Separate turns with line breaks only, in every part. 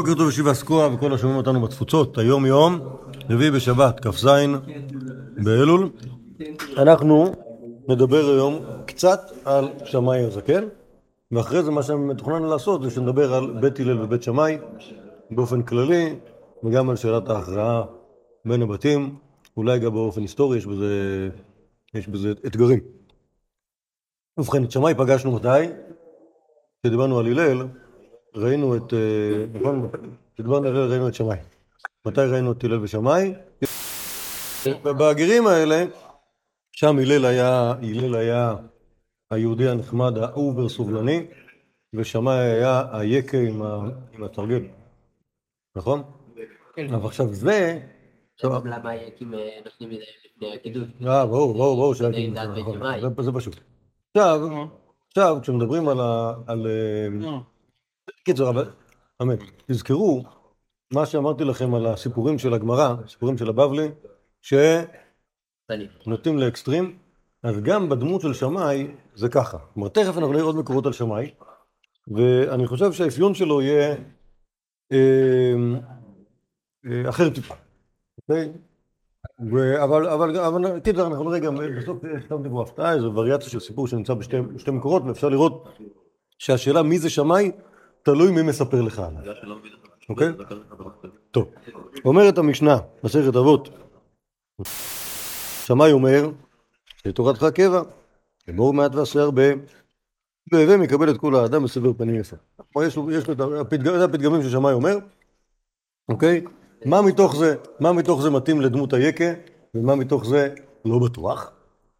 בוקר טוב ישיבה סקועה וכל השומעים אותנו בתפוצות. היום יום רביעי בשבת, כ"ז באלול. אנחנו נדבר היום קצת על שמאי הזקן, ואחרי זה מה שמתוכנן לעשות זה שנדבר על בית הלל ובית שמאי באופן כללי, וגם על שאלת ההכרעה בין הבתים, אולי גם באופן היסטורי, יש בזה אתגרים. ובכן, את שמאי פגשנו מתי? כשדיברנו על הלל, ראינו את, כשדיברנו על הלל ראינו את שמאי. מתי ראינו את הלל ושמאי? ובהגירים האלה, שם הלל היה היהודי הנחמד, האובר סובלני, ושמאי היה היקה עם התרגל. נכון? אבל עכשיו זה...
למה היקים נותנים מדי לפני הקידוש?
ברור, זה פשוט. עכשיו, כשמדברים על... קיצור, אבל... אמן. תזכרו מה שאמרתי לכם על הסיפורים של הגמרא, הסיפורים של הבבלי, שנוטים לאקסטרים, אז גם בדמות של שמאי זה ככה. כלומר, תכף אנחנו נראה עוד מקורות על שמאי, ואני חושב שהאפיון שלו יהיה אחר טיפה. אוקיי? אבל קיצור, אנחנו נראה גם בסוף שמתי בו הפתעה, זו וריאציה של סיפור שנמצא בשתי מקורות, ואפשר לראות שהשאלה מי זה שמאי תלוי מי מספר לך עליו. אוקיי? טוב. אומרת המשנה, מסכת אבות, שמאי אומר, שתורתך קבע, אמור מעט ועשה הרבה, והווה מקבל את כל האדם בסבר פנים יפה. יש לו הפתגמים ששמאי אומר, אוקיי? מה מתוך זה מתאים לדמות היקה, ומה מתוך זה לא בטוח?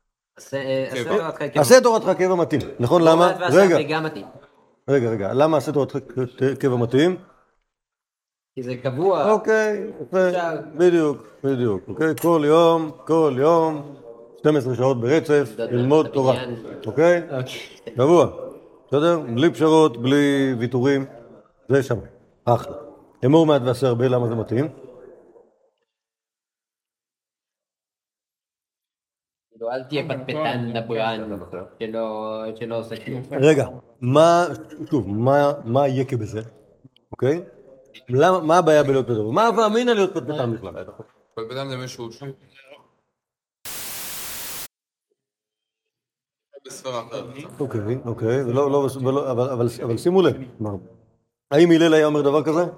עשה תורתך קבע מתאים. נכון, למה? רגע, למה עשה תורתך קבע מתאים?
כי זה קבוע.
אוקיי, בדיוק, אוקיי? כל יום, 12 שעות ברצף, ללמוד תורה, אוקיי? קבוע, בסדר? בלי פשרות, בלי ויתורים, זה שם, אחלה. אמור מעט ועשה הרבה, למה זה מתאים?
אל תהיה פטפטן דברן, שלא עושה כלום.
רגע, מה יקה בזה? אוקיי? מה הבעיה בלהיות פטפטן? מה ואמינא להיות פטפטן בכלל?
פטפטן זה מישהו בספרה אחרת.
אוקיי, אבל שימו לב, האם הלל היה אומר דבר כזה?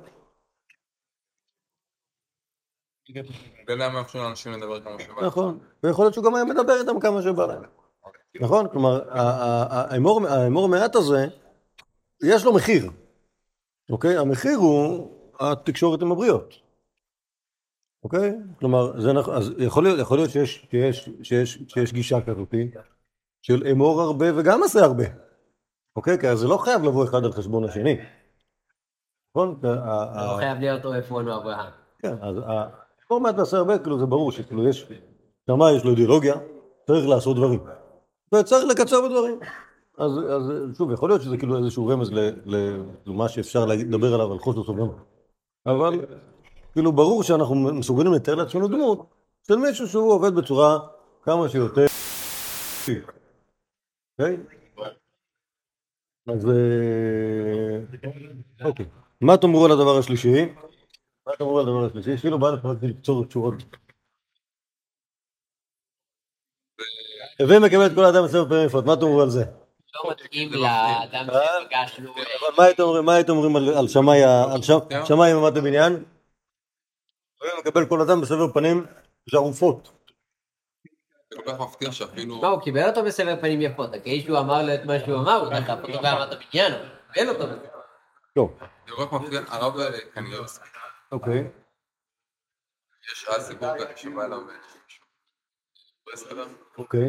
ולמה אנחנו יכולים לאנשים לדבר כמה שבא?
נכון, ויכול להיות שהוא גם היה מדבר איתם כמה שבא להם. נכון? כלומר, האמור מעט הזה, יש לו מחיר. אוקיי? המחיר הוא התקשורת עם הבריות. אוקיי? כלומר, אז יכול להיות שיש גישה כזאת של אמור הרבה וגם עשה הרבה. אוקיי? כי זה לא חייב לבוא אחד על חשבון השני. נכון?
לא חייב להיות או עפרון או אברהם.
כן, אז אמור מעט ועשה הרבה, כאילו זה ברור שכאילו שמאי יש לו אידיאולוגיה, צריך לעשות דברים. וצריך לקצר בדברים. אז שוב, יכול להיות שזה כאילו איזשהו רמז למה שאפשר לדבר עליו על חוסר סובלנות. אבל כאילו ברור שאנחנו מסוגלים לתאר לעצמנו דמות של מישהו שהוא עובד בצורה כמה שיותר. אוקיי? אז אוקיי. מה תאמרו על הדבר השלישי? אפילו בא לפרקתי לקצור תשורות. ומקבל את כל האדם בסבב פעמים יפות, מה תאמרו על זה?
לא מתאים לאדם שפגשנו.
מה הייתם אומרים על שמאי ממד הבניין? ומקבל כל אדם בסבב פנים זערופות.
זה כל כך מפתיע שאפילו...
מה, הוא קיבל אותו בסבב פנים יפות, הכי שהוא אמר לו את מה שהוא אמר, הוא דחף אותו בעמד הבניין, הוא קיבל אותו בסבב.
טוב.
זה כל כך מפתיע, הרב כנראה...
אוקיי.
יש סיפור כזה שבא אליו מישהו. בסדר?
אוקיי.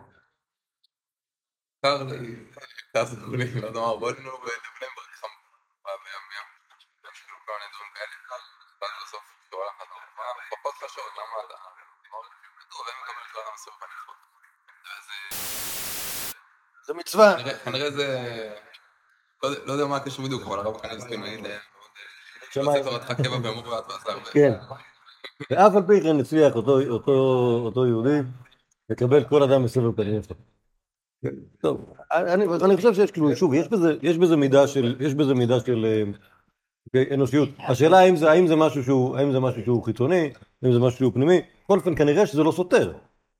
קר זכולי, ואז אמר בוא לנו ולבנים ברחם. בימים, כאילו כל מיני דברים כאלה, ואז בסוף שהוא הלך לדבר, פחות חשוב, למה אתה? והם מקבל את העולם הסוף הנכון.
זה מצווה.
כנראה זה... לא יודע מה הקשר בדיוק, אבל הרב כנראה זה תמיד...
שמאי.
עושה תורתך קבע ואמור ואת ועשה הרבה.
כן. ואף על פי כן הצליח אותו יהודי לקבל כל אדם בסבב פנים יפות. טוב, אני חושב שיש כאילו, שוב, יש בזה מידה של אנושיות. השאלה האם זה משהו שהוא חיצוני, אם זה משהו שהוא פנימי, בכל אופן כנראה שזה לא סותר.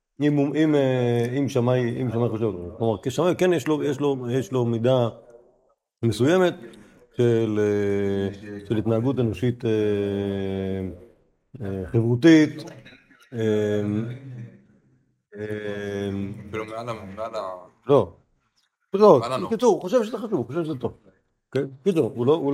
אם שמאי חושב, כלומר, כשמאי כן יש לו מידה מסוימת של התנהגות אנושית חברותית,
אפילו מעל
לא, בקיצור, הוא חושב שזה חשוב, הוא חושב שזה טוב. בקיצור,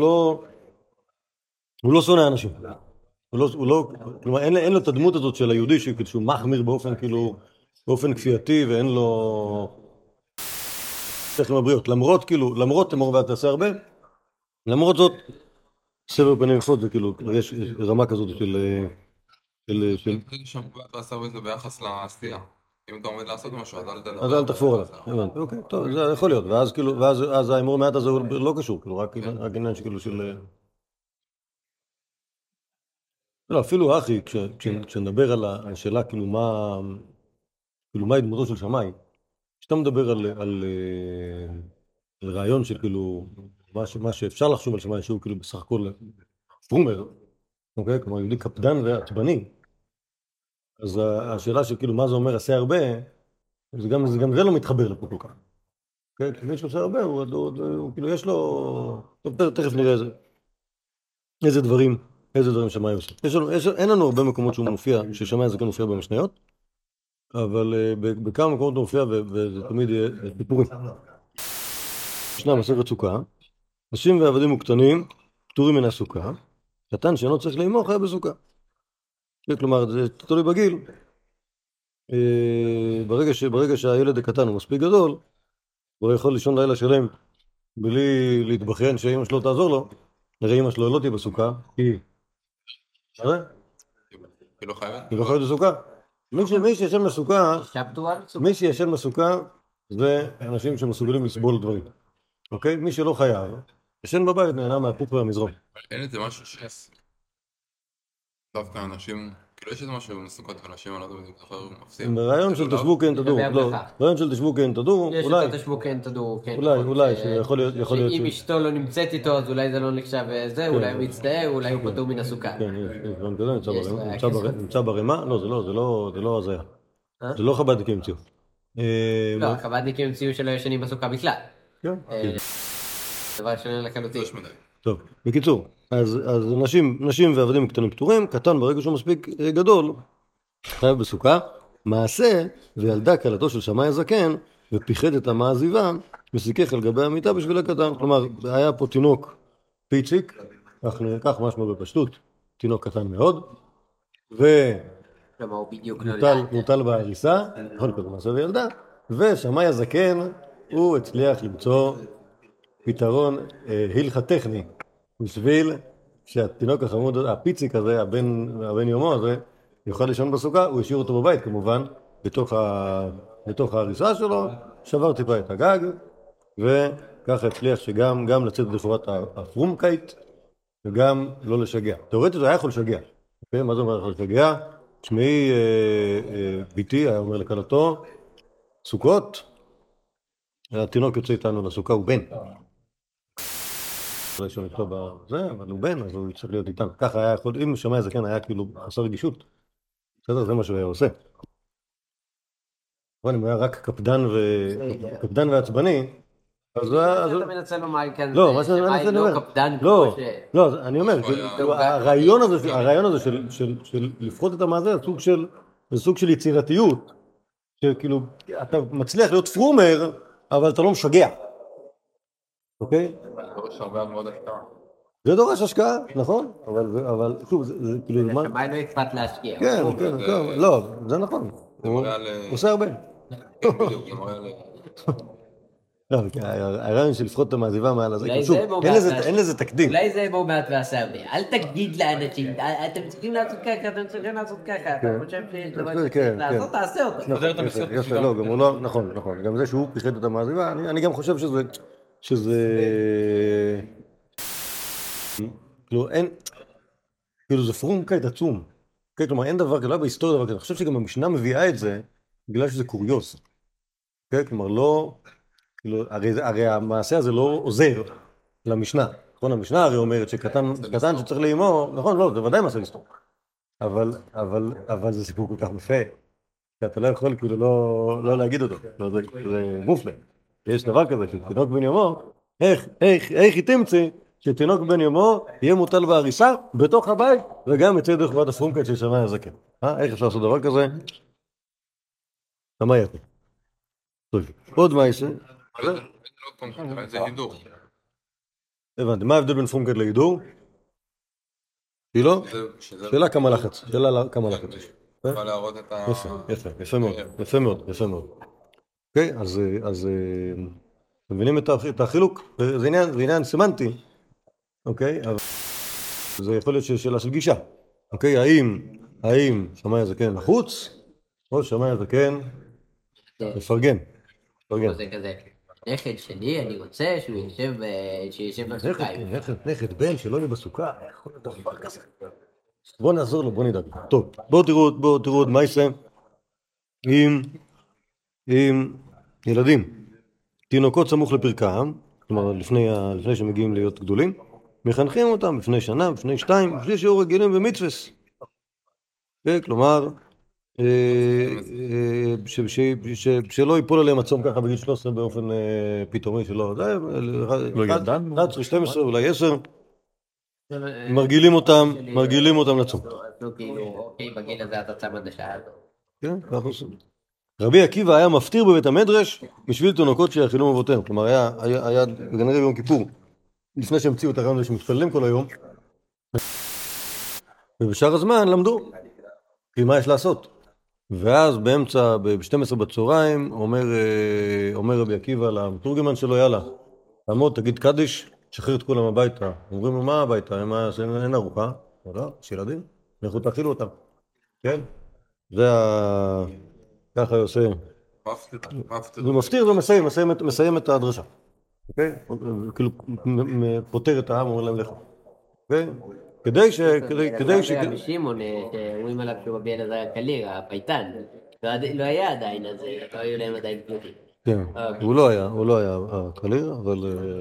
הוא לא שונא אנשים. כלומר, אין לו את הדמות הזאת של היהודי שהוא מחמיר באופן כפייתי ואין לו שכל הבריות. למרות אמור ואל תעשה הרבה, למרות זאת, סבר פנים יפות זה כאילו, יש רמה כזאת של...
שמובעת ועשה בזה ביחס לעשייה. אם אתה עומד לעשות משהו,
אז אל תחפור עליו. הבנתי, אוקיי, טוב, זה יכול להיות. ואז האמור מעט הזה הוא לא קשור, כאילו, רק עניין שכאילו של... לא, אפילו אחי, כשנדבר על השאלה, כאילו, מהי דמותו של שמאי, כשאתה מדבר על רעיון של כאילו, מה שאפשר לחשוב על שמאי, שהוא כאילו בסך הכל פרומר, אוקיי? כלומר, יהודי קפדן ועצבני, אז השאלה של כאילו, מה זה אומר עשה הרבה, גם זה לא מתחבר לפה כל כך. אוקיי? כי מי שעושה הרבה, הוא כאילו, יש לו... טוב, תכף נראה איזה דברים שמאי עושה. אין לנו הרבה מקומות שהוא מופיע, ששמאי זה כן מופיע במשניות, אבל בכמה מקומות הוא מופיע, וזה תמיד יהיה סיפורים. ישנה מסכת סוכה, נשים ועבדים וקטנים פטורים מן הסוכה, קטן שאינו צריך לאמור חייב בסוכה. כלומר, זה תלוי בגיל. ברגע שהילד הקטן הוא מספיק גדול, הוא יכול לישון לילה שלם בלי להתבכיין שאמא שלו תעזור לו, הרי אמא שלו לא תהיה בסוכה, היא
לא חייבת?
היא לא חייבת בסוכה. מי שישן בסוכה זה אנשים שמסוגלים לסבול דברים. אוקיי? מי שלא חייב, ישן בבית נהנה מהפוק והמזרום.
אין איזה משהו דווקא אנשים, כאילו יש איזה משהו מסוכות ואנשים, אני לא יודע בדיוק זוכר, מפסיד.
ברעיון של תשבו כן תדעו, לא, ברעיון של תשבו כן תדעו,
יש את תשבו כן תדעו,
אולי, שיכול להיות
שאם אשתו לא נמצאת איתו, אז אולי זה לא נחשב זה, אולי הוא מצטער, אולי הוא פטור מן הסוכה.
כן, נמצא ברמה, לא, זה לא הזיה. זה לא חב"דניקים המציאו.
לא, חב"דניקים המציאו שלא ישנים בסוכה בכלל.
כן.
דבר שונה לחלוטין.
טוב, בקיצור, אז נשים ועבדים קטנים פטורים, קטן ברגע שהוא מספיק גדול, חייב בסוכה, מעשה וילדה כלתו של שמאי הזקן, ופיחד את המעזיבה, וסיכך על גבי המיטה בשביל הקטן. כלומר, היה פה תינוק פיצ'יק, כך משמע בפשטות, תינוק קטן מאוד, ומוטל בהריסה, נכון כזה מעשה וילדה, ושמאי הזקן, הוא הצליח למצוא פתרון הלכת טכני, בשביל שהתינוק החמוד, הפיציק הזה, הבן יומו הזה, יוכל לישון בסוכה, הוא השאיר אותו בבית כמובן, בתוך ההריסה שלו, שבר טיפה את הגג, וככה הצליח שגם לצאת לחובת הפרומקייט, וגם לא לשגע. תאורטית הוא היה יכול לשגע. מה זה אומר יכול לשגע? תשמעי, ביתי היה אומר לכלתו, סוכות, התינוק יוצא איתנו לסוכה, הוא בן. אולי שהוא נכתוב בזה, אבל הוא בן, אז הוא צריך להיות איתנו. ככה היה יכול, אם שמאי הזקן היה כאילו חסר רגישות, בסדר, זה מה שהוא היה עושה. אבל אם הוא היה רק קפדן ועצבני, אז הוא היה...
אתה מנסה לומר כאן,
לא, מה שאני מנסה לומר, לא, אני אומר, הרעיון הזה של לפחות את המעשה, זה סוג של יצירתיות, שכאילו, אתה מצליח להיות פרומר, אבל אתה לא משגע. אוקיי? זה דורש השקעה, נכון? אבל שוב, זה כאילו...
שמאי לא אכפת להשקיע.
כן, לא, זה נכון. הוא עושה הרבה. הרעיון של לפחות את המעזיבה מעל הזה, אין לזה תקדים.
אולי זה בואו מעט ועשה הרבה. אל תגיד לאנשים, אתם צריכים לעשות ככה, אתם צריכים לעשות ככה. אתה חושב שיש דבר שצריך לעשות, תעשה אותו.
לא, גם הוא לא, נכון. גם זה שהוא פיחד את המעזיבה, אני גם חושב שזה... כאילו אין... כאילו זה פרומקייט עצום. כלומר אין דבר כזה, בהיסטוריה דבר כזה. אני חושב שגם המשנה מביאה את זה, בגלל שזה קוריוס. כלומר לא... הרי המעשה הזה לא עוזר למשנה, נכון, המשנה הרי אומרת שקטן שצריך לאמור, נכון, לא, זה ודאי מעשה לסתור. אבל זה סיפור כל כך יפה, שאתה לא יכול כאילו לא להגיד אותו, זה מופלא. יש דבר כזה, שתינוק בן יומו, איך היא תמצא שתינוק בן יומו יהיה מוטל בהריסה בתוך הבית, וגם יצא דרך ועד הפרומקט של שמאי הזקן. איך אפשר לעשות דבר כזה? מה יפה? עוד מה יעשה?
זה הידור.
הבנתי, מה ההבדל בין פרומקט להידור? שאלה כמה לחץ.
יכול להראות את ה...
יפה מאוד. אוקיי, אז אתם מבינים את החילוק? זה עניין סמנטי, אוקיי? אבל זה יכול להיות שאלה של גישה. אוקיי, האם שמאי הזקן לחוץ, או שמאי הזקן מפרגן.
זה כזה, נכד שלי, אני רוצה שישב בסוכה.
נכד בן שלא יהיה בסוכה, יכול להיות דבר כזה. בואו נעזור לו, בואו נדאג. טוב, בואו תראו עוד מה יעשה עם ילדים. תינוקות סמוך לפרקם, כלומר לפני שמגיעים להיות גדולים, מחנכים אותם לפני שנה, לפני 2, לפני שיהיו רגילים במצווס. כלומר, שלא ייפול עליהם הצום ככה בגיל 13 באופן פתאומי שלא, 11, 12, אולי 10, מרגילים אותם לצום.
אוקיי, בגיל הזה אתה צם עד השעה הזאת.
כן, ככה עושים. רבי עקיבא היה מפטיר בבית המדרש בשביל תינוקות שיאכילו אבותיהם. כלומר, היה בגן ערב יום כיפור, לפני שהמציאו את הרעיון הזה שמתפללים כל היום, ובשאר הזמן למדו, כי מה יש לעשות? ואז באמצע, ב-12 בצהריים, אומר רבי עקיבא למתורגמן שלו, יאללה, תעמוד, תגיד קדיש, שחרר את כולם הביתה. אומרים לו, מה הביתה? אין ארוחה. לא, יש ילדים, לכו תאכילו אותם. כן? ככה עושה. הוא מפטיר ומסיים את הדרשה. אוקיי? כאילו, פותר את העם, אומר להם לכו. כדי ש...
רבי שמעון, שאומרים עליו שהוא רבי אלעזר הקליר, הפייטן, לא היה עדיין, אז לא היו להם עדיין פלוטים.
כן, הוא לא היה הקליר, אבל...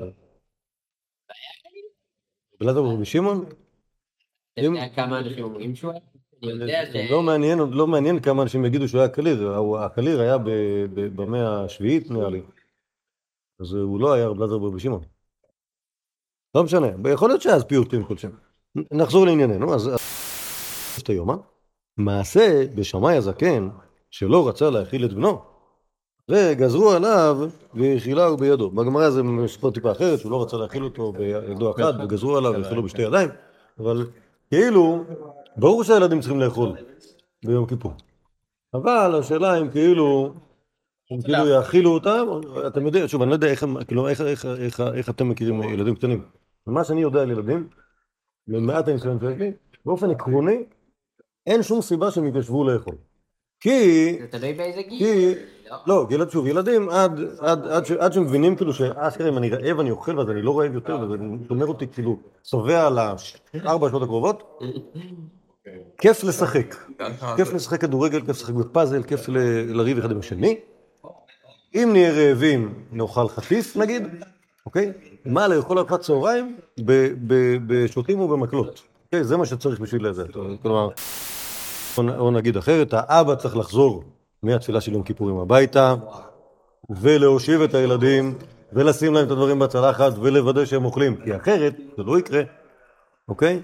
בלעד רבי שמעון?
אתה יודע כמה אנשים אומרים שהוא היה?
לא מעניין כמה אנשים יגידו שהוא היה קליר, הקליר היה במאה השביעית נראה לי, אז הוא לא היה בלעד רבי שמעון. לא משנה, יכול להיות שאז פיוטים כלשהם. נחזור לענייננו, אז את היום, מעשה בשמאי הזקן שלא רצה להאכיל את בנו, וגזרו עליו והאכילהו בידו. בגמרא זה מספר טיפה אחרת, שהוא לא רצה להאכיל אותו בידו אחת, וגזרו עליו והאכילו בשתי ידיים, אבל כאילו, ברור שהילדים צריכים לאכול ביום כיפור. אבל השאלה אם כאילו יאכילו אותם, אתם יודעים, שוב, אני לא יודע איך אתם מכירים ילדים קטנים. ומה שאני יודע על ילדים, במעט הניסיון שיש לי, באופן עקרוני, אין שום סיבה שהם יתיישבו לאכול. כי...
זה תלוי באיזה גיל.
לא, שוב, ילדים עד שמבינים כאילו שאשכרה אם אני רעב אני אוכל ואז אני לא רעב יותר, וזה שומר אותי כאילו צובע על 4 שעות הקרובות, כיף לשחק. כיף לשחק כדורגל, כיף לשחק בפאזל, כיף לריב אחד עם השני. אם נהיה רעבים, נאכל חטיף נגיד, אוקיי? מה לאכול ארוחת צהריים בשוטים ובמקלות. אוקיי? זה מה שצריך בשביל זה. כלומר, או נגיד אחרת, האבא צריך לחזור מהתפילה של יום כיפורים הביתה, ולהושיב את הילדים, ולשים להם את הדברים בצלחת, ולוודא שהם אוכלים, כי אחרת זה לא יקרה, אוקיי?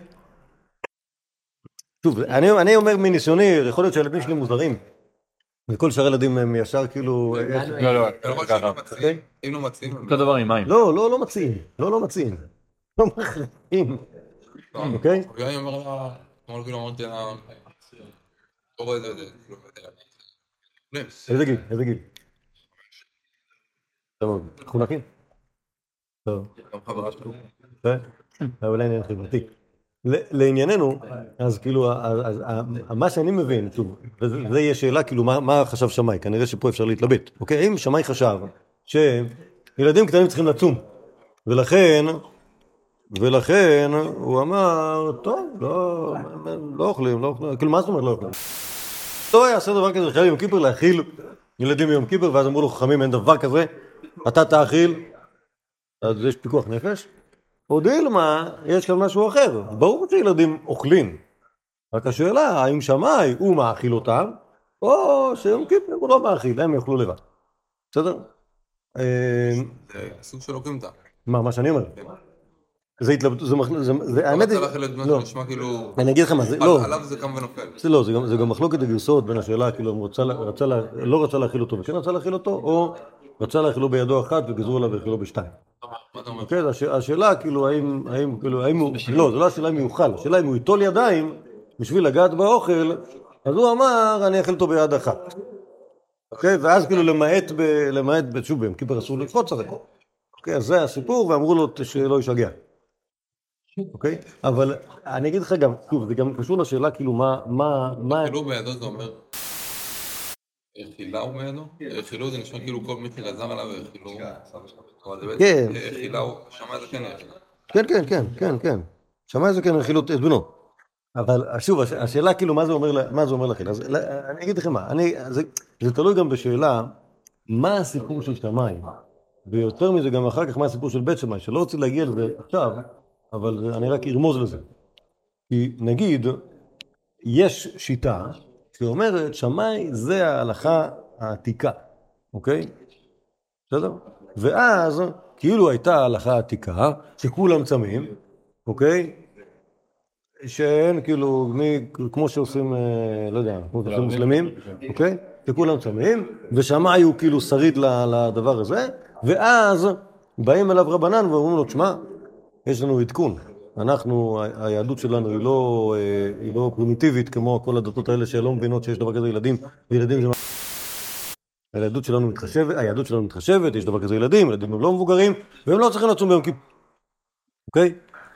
שוב, אני אומר מניסיוני, יכול להיות שהילדים שלי מוזרים, וכל שאר הילדים הם ישר כאילו...
לא, אם לא מציעים...
אותו דבר עם מים.
לא מציעים, לא מכריעים, אוקיי?
אני אומר לה, אמרתי לה, לא רואה את זה,
איזה גיל? טוב, חונכים? טוב.
גם חברה שלו.
אולי עניין חברתי. לענייננו, אז כאילו, מה שאני מבין, וזה יהיה שאלה, כאילו, מה חשב שמאי? כנראה שפה אפשר להתלבט, אוקיי? אם שמאי חשב שילדים קטנים צריכים לצום, ולכן הוא אמר, טוב, לא אוכלים, כאילו, מה זאת אומרת לא אוכלים? לא היה עשה דבר כזה, חייב יום כיפר להאכיל ילדים מיום כיפר, ואז אמרו לו חכמים, אין דבר כזה, אתה תאכיל, אז יש פיקוח נפש, או דילמה, יש כאן משהו אחר. ברור שילדים אוכלים. רק השאלה, האם שמאי הוא מאכיל אותם, או שיום כיפור הוא לא מאכיל, הם יאכלו לבד. בסדר?
זה סוג של אוקימתא.
מה שאני אומר? זה התלבטות, זה האמת...
אתה רוצה להכיל את בנו שנשמע כאילו...
אני אגיד לך מה, זה לא...
עליו זה קם ונופל.
זה לא, זה גם מחלוקת הגרסאות בין השאלה, כאילו, לא רצה להכיל אותו וכן רצה להכיל אותו, או רצה להכילו בידו אחת וגזרו עליו והכילו בשתיים. אוקיי, השאלה, כאילו, האם הוא... לא, זו לא השאלה אם הוא יאכל, השאלה אם הוא ייטול ידיים בשביל לגעת באוכל, אז הוא אמר, אני אכיל אותו ביד אחת. אוקיי, ואז כאילו למעט, שוב, ביום כיפור אסור לקפוץ הרי. אוקיי, אז זה הסיפור, ואמרו לו שלא ישגע. אוקיי? אבל אני אגיד לך גם, שוב, זה גם קשור לשאלה, כאילו, מה...
אכילו בידו זה אומר... אכילה הוא בידו? אכילו זה נשמע כאילו כל מי שגזר עליו אכילו...
כן.
אכילה הוא... שמע זה כן
אכילה. כן. שמע זה כן אכילו את בנו. אבל שוב, השאלה כאילו, מה זה אומר לכם? אז אני אגיד לכם מה, זה תלוי גם בשאלה, מה הסיפור של שמאי? ויותר מזה גם אחר כך מה הסיפור של בית שמאי, שלא רוצה להגיע לזה עכשיו, אבל אני רק ארמוז לזה. כי נגיד, יש שיטה שאומרת, שמאי זה ההלכה העתיקה, אוקיי? בסדר? ואז, כאילו הייתה ההלכה העתיקה, שכולם צמים, אוקיי? שאין כאילו, כמו שעושים, לא יודע, כמו שעושים מוסלמים, אוקיי? שכולם צמים, ושמאי הוא כאילו שריד לדבר הזה, ואז באים אליו רבנן ואומרים לו, תשמע, יש לנו עדכון. היהדות שלנו היא לא פרימיטיבית, כמו כל הדתות האלה שלא מבינות שיש דבר כזה ילדים, וילדים זה מה... היהדות שלנו מתחשבת, יש דבר כזה ילדים הם לא מבוגרים, והם לא צריכים לצום ביום כיפור. אוקיי?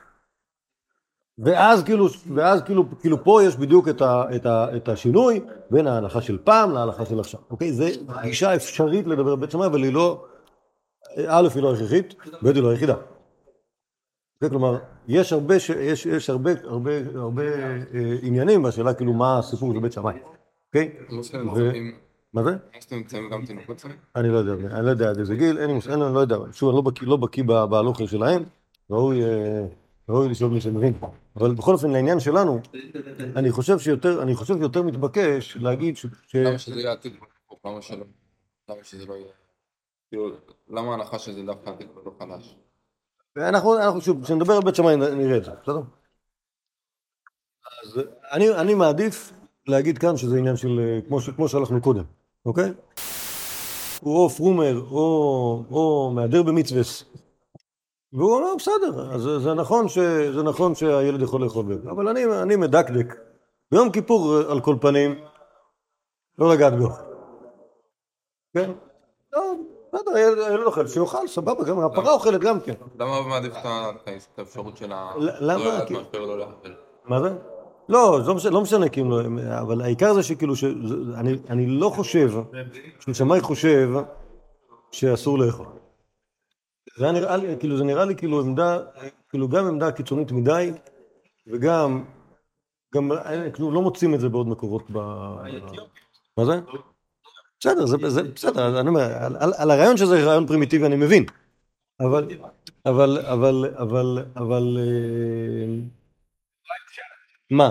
ואז כאילו פה יש בדיוק את השינוי בין ההלכה של פעם להלכה של עכשיו. אוקיי? זה גישה אפשרית לדבר בית שמאי, אבל היא לא... א', היא לא הכרחית, ב', היא לא היחידה. כלומר, יש הרבה עניינים בשאלה כאילו מה הסיפור של בית שמאי. אוקיי? מה זה? אני לא יודע עד איזה גיל, אני לא יודע, שוב, אני לא בקיא בהלוכה שלהם, ראוי לשאול מי שמבין. אבל בכל אופן, לעניין שלנו, אני חושב שיותר מתבקש להגיד
למה שזה יהיה עתיד? למה שלא? למה שזה לא יהיה? למה ההנחה שזה דווקא עתיד ולא חלש?
אנחנו שוב, כשנדבר על בית שמאי נראה את זה, בסדר? אז אני מעדיף להגיד כאן שזה עניין של, כמו שהלכנו קודם, אוקיי? הוא או פרומר, או מהדר במצווס, והוא אומר, בסדר, אז זה נכון שהילד יכול לאכול בו, אבל אני מדקדק, ביום כיפור על כל פנים, לא לגעת בו. כן? לא, בסדר, הילד אוכל, שיאכל, סבבה, גם הפרה אוכלת גם כן.
למה מעדיף את האפשרות של
למה? מה זה? לא משנה, אבל העיקר זה שכאילו, אני לא חושב, ששמאי חושב שאסור לאכול. זה נראה לי כאילו עמדה, כאילו גם עמדה קיצונית מדי, וגם כאילו לא מוצאים את זה בעוד מקורות מה זה? בסדר, זה בסדר, אני אומר, על הרעיון שזה רעיון פרימיטיבי אני מבין, אבל מה?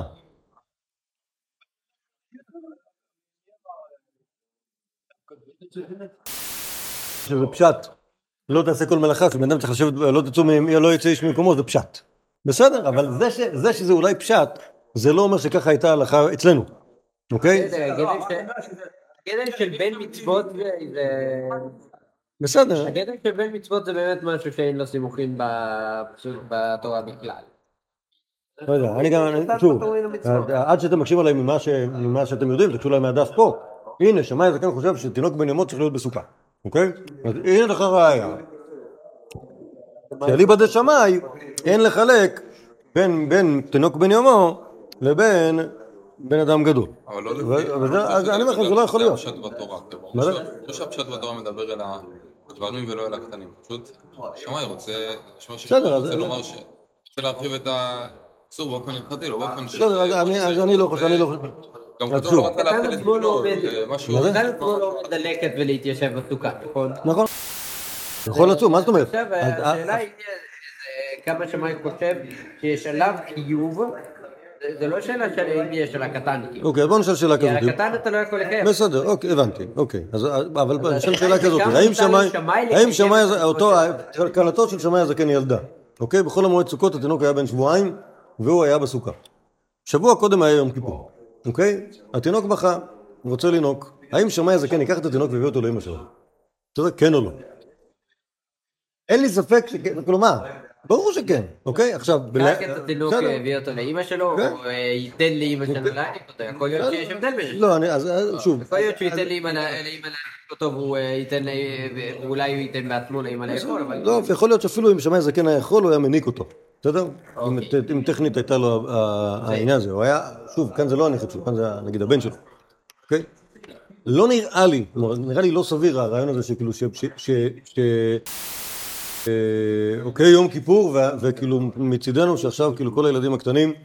שזה פשט, לא תעשה כל מלאכה, שבן אדם צריך לשבת, לא יצא איש ממקומו, זה פשט. בסדר, אבל זה שזה אולי פשט, זה לא אומר שככה הייתה ההלכה אצלנו, אוקיי?
הגדר של בין מצוות זה...
בסדר.
הגדר של בין מצוות זה באמת משהו שאין לו סימוכים בתורה בכלל.
לא יודע, אני גם, שוב, עד שאתם מקשיב עליי ממה שאתם יודעים, תקשו להם מהדף פה. הנה, שמאי הזקן חושב שתינוק בן יומו צריך להיות בסוכה, אוקיי? אז הנה לך ראיה. שאליבא דשמאי, אין לחלק בין תינוק בן יומו לבין בן אדם גדול.
אבל לא...
אז אני אומר לכם, זה לא יכול להיות.
זה הפשט בתורה. לא שהפשט בתורה מדבר אל הדברים ולא אל הקטנים. פשוט, שמאי רוצה לומר רוצה להרחיב את האיסור באופן הלכתי, לא באופן ש...
אז אני לא חושב,
גם כתוב לא רצה להחיל את בנו, משהו...
כאן עצמו לא עומד ללכת ולהתיישב בסוכה, נכון?
נכון. יכול לצום, מה זאת אומרת?
עכשיו, השאלה היא, כמה שמאי חושב שיש עליו חיוב, זה לא שאלה של אם יש על הקטן.
אוקיי, בוא נשאל שאלה כזאת.
כי על הקטן אתה לא יכול לקיים.
בסדר, אוקיי, הבנתי, אוקיי. אבל נשאל שאלה כזאת, האם שמאי, קלתו של שמאי הזקן ילדה, אוקיי? בחול המועד סוכות התינוק היה בן שבועיים, והוא היה בסוכה. שבוע קודם היה יום כיפור, אוקיי? התינוק בכה, הוא רוצה לנוק. האם שמאי הזקן ייקח את התינוק ויביא אותו לאמא שלו? צודק, כן או לא? אין לי ספק, כלומר, ברור שכן, אוקיי? עכשיו...
רק את התינוק הביא אותו לאמא שלו, או ייתן לאמא שלו להעניק אותו, יכול להיות שיש הבדל ביניהם.
לא, אז שוב...
יכול להיות שהוא ייתן לאמא להעניק אותו, ואולי הוא ייתן בעצמו לאמא לאכול, אבל...
לא, יכול להיות שאפילו אם שמאי הזקן היה יכול, הוא היה מניק אותו, בסדר? אם טכנית הייתה לו העניין הזה, הוא היה... שוב, כאן זה לא הנכד שלו, כאן זה נגיד הבן שלו, אוקיי? לא נראה לי, נראה לי לא סביר הרעיון הזה שכאילו אוקיי, יום כיפור, וכאילו מצידנו שעכשיו כאילו כל הילדים הקטנים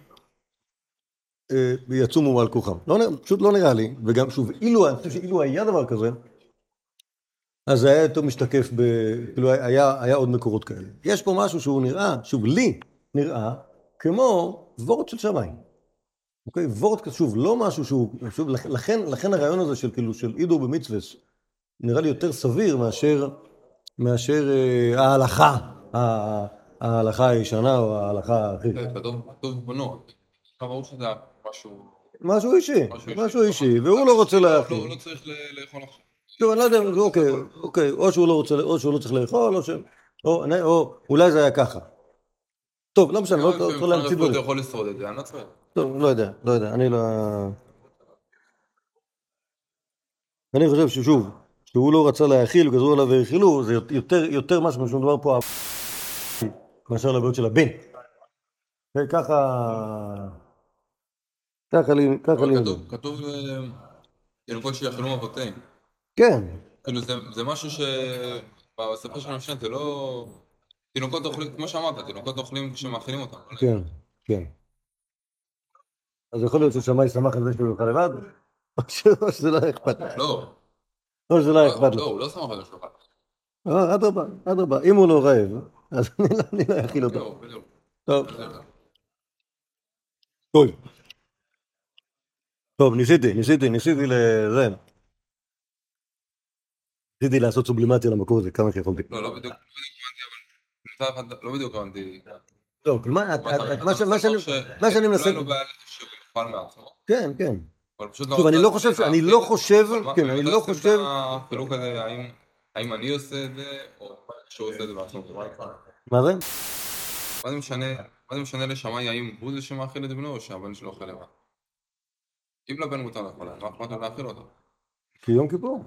יצומו על כוחם. פשוט לא נראה לי, וגם שוב, אני חושב שאילו היה דבר כזה, אז זה היה יותר משתקף, כאילו היה עוד מקורות כאלה. יש פה משהו שהוא נראה, שוב, לי נראה, כמו וורט של שמיים. אוקיי, וורט, שוב, לא משהו שהוא, שוב, לכן הרעיון הזה של כאילו, של אידור במצווס, נראה לי יותר סביר מאשר ההלכה הישנה או ההלכה הכי.
כתוב בנות, ברור שזה
משהו אישי, והוא לא רוצה להאכיל.
הוא לא צריך לאכול עכשיו.
טוב, אני לא יודע, אוקיי, או שהוא לא צריך לאכול, או אולי זה היה ככה. טוב, לא משנה, לא יכול להמציא דברים.
אתה יכול לשרוד את זה, אני לא צריך.
טוב, לא יודע, אני חושב ששוב, שהוא לא רצה להאכיל וגזרו עליו והאכילו, זה יותר משהו שמדובר פה מאשר לבעיות של הבן. ככה לי.
כתוב תינוקות שיאכלו אבותיהם.
כן.
כאילו זה משהו שבספר של המשנה זה לא... תינוקות אוכלים, כמו שאמרת, תינוקות אוכלים כשמאכילים אותם.
כן. אז יכול להיות ששמאי שמח על זה שהוא יאכל לבד? או שזה לא אכפת.
לא.
או שזה לא אכפת לו.
לא, הוא לא שמח על זה שהוא יאכל.
אדרבה. אם הוא לא רעב, אז אני לא אכיל אותו. טוב, ניסיתי לזה. ניסיתי לעשות סובלימציה למקור הזה כמה שיכולתי.
לא בדיוק הבנתי, אבל לא בדיוק הבנתי.
לא, מה שאני מנסה...
לא בעיה שהוא יאכל מעצמו.
כן.
טוב,
אני לא חושב...
הפילוק הזה, האם אני עושה את זה, או שהוא עושה את זה בעצמו.
מה זה?
מה זה משנה לשמאי, האם הוא זה שמאכיל את בנו, או שהבן שלו אוכל לבד? אם לבן מותר לאכול, מה אכפת לו להאכיל אותו?
כי יום כיפור.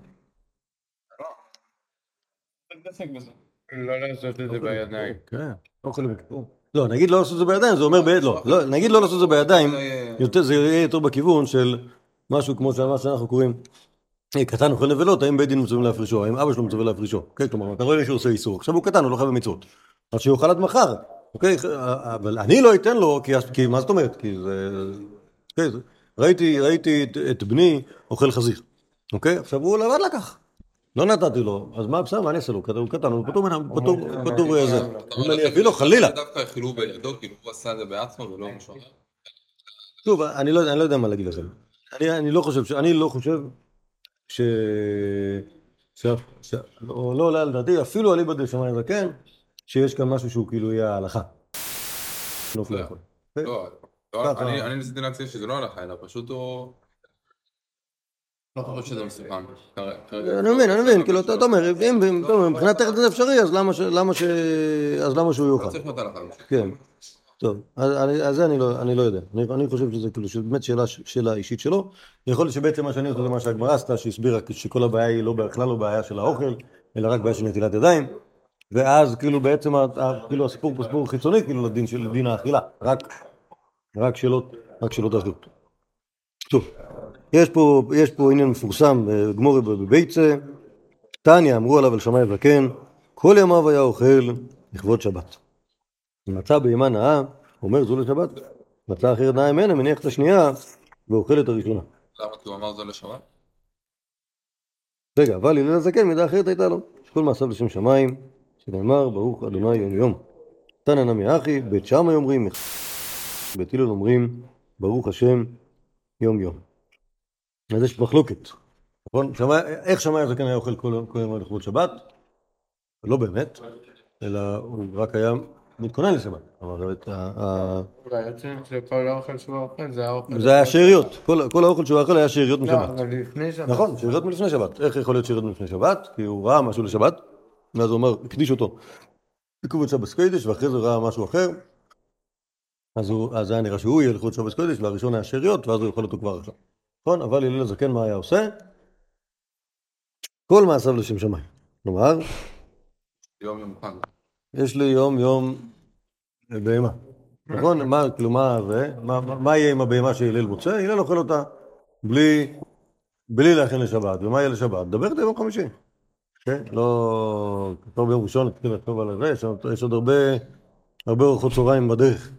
לא לעשות את זה בידיים.
כן, אוכל יום כיפור. לא, נגיד לא לעשות את זה בידיים, זה אומר לא. נגיד לא לעשות את זה בידיים, זה יהיה יותר בכיוון של משהו כמו שאנחנו קוראים קטן אוכל נבלות, האם בית דין מצווים להפרישו, האם אבא שלו מצווה להפרישו. כלומר, אתה רואה לי שהוא עושה איסור, עכשיו הוא קטן, הוא לא חייב במצוות. אז שיוכל עד מחר. אבל אני לא אתן לו, כי מה זאת אומרת? כי זה... ראיתי את בני אוכל חזיר. אוקיי? עכשיו הוא לבד לקח. לא נתתי לו, אז מה בסדר, מה אני אעשה לו? הוא קטן, הוא פטור זה. אם אני אביא לו חלילה.
דווקא החילו בידו, כאילו הוא עשה את זה בעצמו ולא משהו אחר.
טוב, אני לא יודע מה להגיד לכם. אני לא חושב או לא עולה על דעתי, אפילו אליבא דשמאי הזקן, שיש כאן משהו שהוא כאילו יהיה ההלכה.
לא, אני ניסיתי להציע שזה לא הלכה, אלא פשוט הוא... לא חושב שזה מסוכן.
אני מבין, כאילו אתה אומר, אם מבחינת תכף זה אפשרי, אז למה שהוא יוכל?
לא צריך להיות הלכה.
כן, טוב, אז זה אני לא יודע. אני חושב שזה כאילו באמת שאלה אישית שלו. יכול להיות שבעצם מה שאני עושה זה מה שהגמרא עשתה, שהסבירה שכל הבעיה היא בכלל לא בעיה של האוכל, אלא רק בעיה של נטילת ידיים, ואז כאילו בעצם הסיפור פה סיפור חיצוני, כאילו לדין האכילה, רק שאלות אחרות. טוב. יש פה עניין מפורסם, גמורי בביצה, תניא אמרו עליו על שמאי הזקן, כל ימיו היה אוכל לכבוד שבת. מצא בהמה נאה, אומר זו לשבת, מצא אחרת נאה ממנה, מניח את השנייה, ואוכל את הראשונה.
למה? כי הוא אמר זו לשבת?
רגע, אבל הלל הזקן מידה אחרת הייתה לו, שכל מעשיו לשם שמיים, שנאמר ברוך אדוני יום יום. תנא נמי אחי, בית שמאי אומרים, בית הלל אומרים, ברוך השם, יום יום. אז יש מחלוקת, נכון? איך שמאי הזקן היה אוכל כל יום לכבוד שבת? לא באמת, אלא הוא רק היה מתכונן לשבת.
אולי יוצאים שכל האוכל שהוא אוכל זה האוכל.
זה היה שאריות, כל האוכל שהוא אוכל היה שאריות משבת.
לא, אבל לפני שבת.
נכון, שאריות מלפני שבת. איך יכול להיות שאריות מלפני שבת? כי הוא ראה משהו לשבת, ואז הוא אומר, הקדיש אותו לכבוד שבת קודש, ואחרי זה ראה משהו אחר. אז היה נראה שהוא יהיה לכבוד שבת קודש, והראשון היה שאריות, ואז הוא יכול אותו כבר עכשיו. נכון, אבל הלל הזקן מה היה עושה? כל מעשיו לשם שמיים. כלומר,
יום יום חג. יש
לי יום יום בהמה. נכון? מה יהיה עם הבהמה שהלל מוצא? הלל אוכל אותה בלי להכין לשבת. ומה יהיה לשבת? דבר איתה יום חמישי. לא... כתוב ביום ראשון, נתחיל לחשוב על זה, יש עוד הרבה אורחות צהריים בדרך.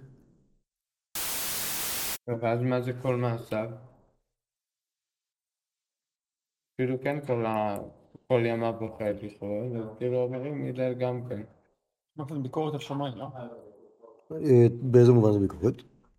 ואז מה זה כל מעשיו? כאילו כן כל ימיו אוכל לכבוד, אז כאילו אומרים הלל גם כן.
מה זה ביקורת על שמיים, לא?
באיזה מובן זה ביקורת?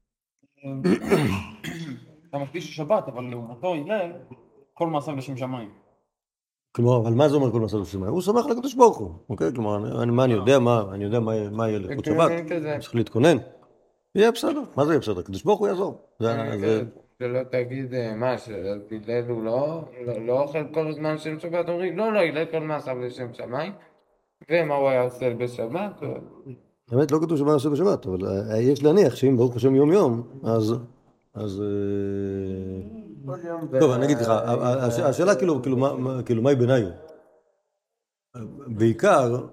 אתה מקדיש לשבת, אבל לעומתו הלל, כל מעשיו לשם שמיים.
כלומר, אבל מה זה אומר כל מעשיו לשם שמיים? הוא שמח לקדוש ברוך הוא, אוקיי? כלומר, מה אני יודע? אני יודע מה יהיה לכבוד שבת? צריך להתכונן. יהיה בסדר. מה זה יהיה בסדר? הקדוש ברוך הוא יעזור.
שלא תגיד מה, שהלל הוא לא אוכל כל הזמן שם שבת, אומרים לא, הלל כל מעשיו לשם שמיים, ומה הוא היה עושה בשבת?
באמת לא כתוב שמה עושה בשבת, אבל יש להניח שאם ברוך השם יום יום, אז... טוב, אני אגיד לך, השאלה כאילו מהי ביניו? בעיקר...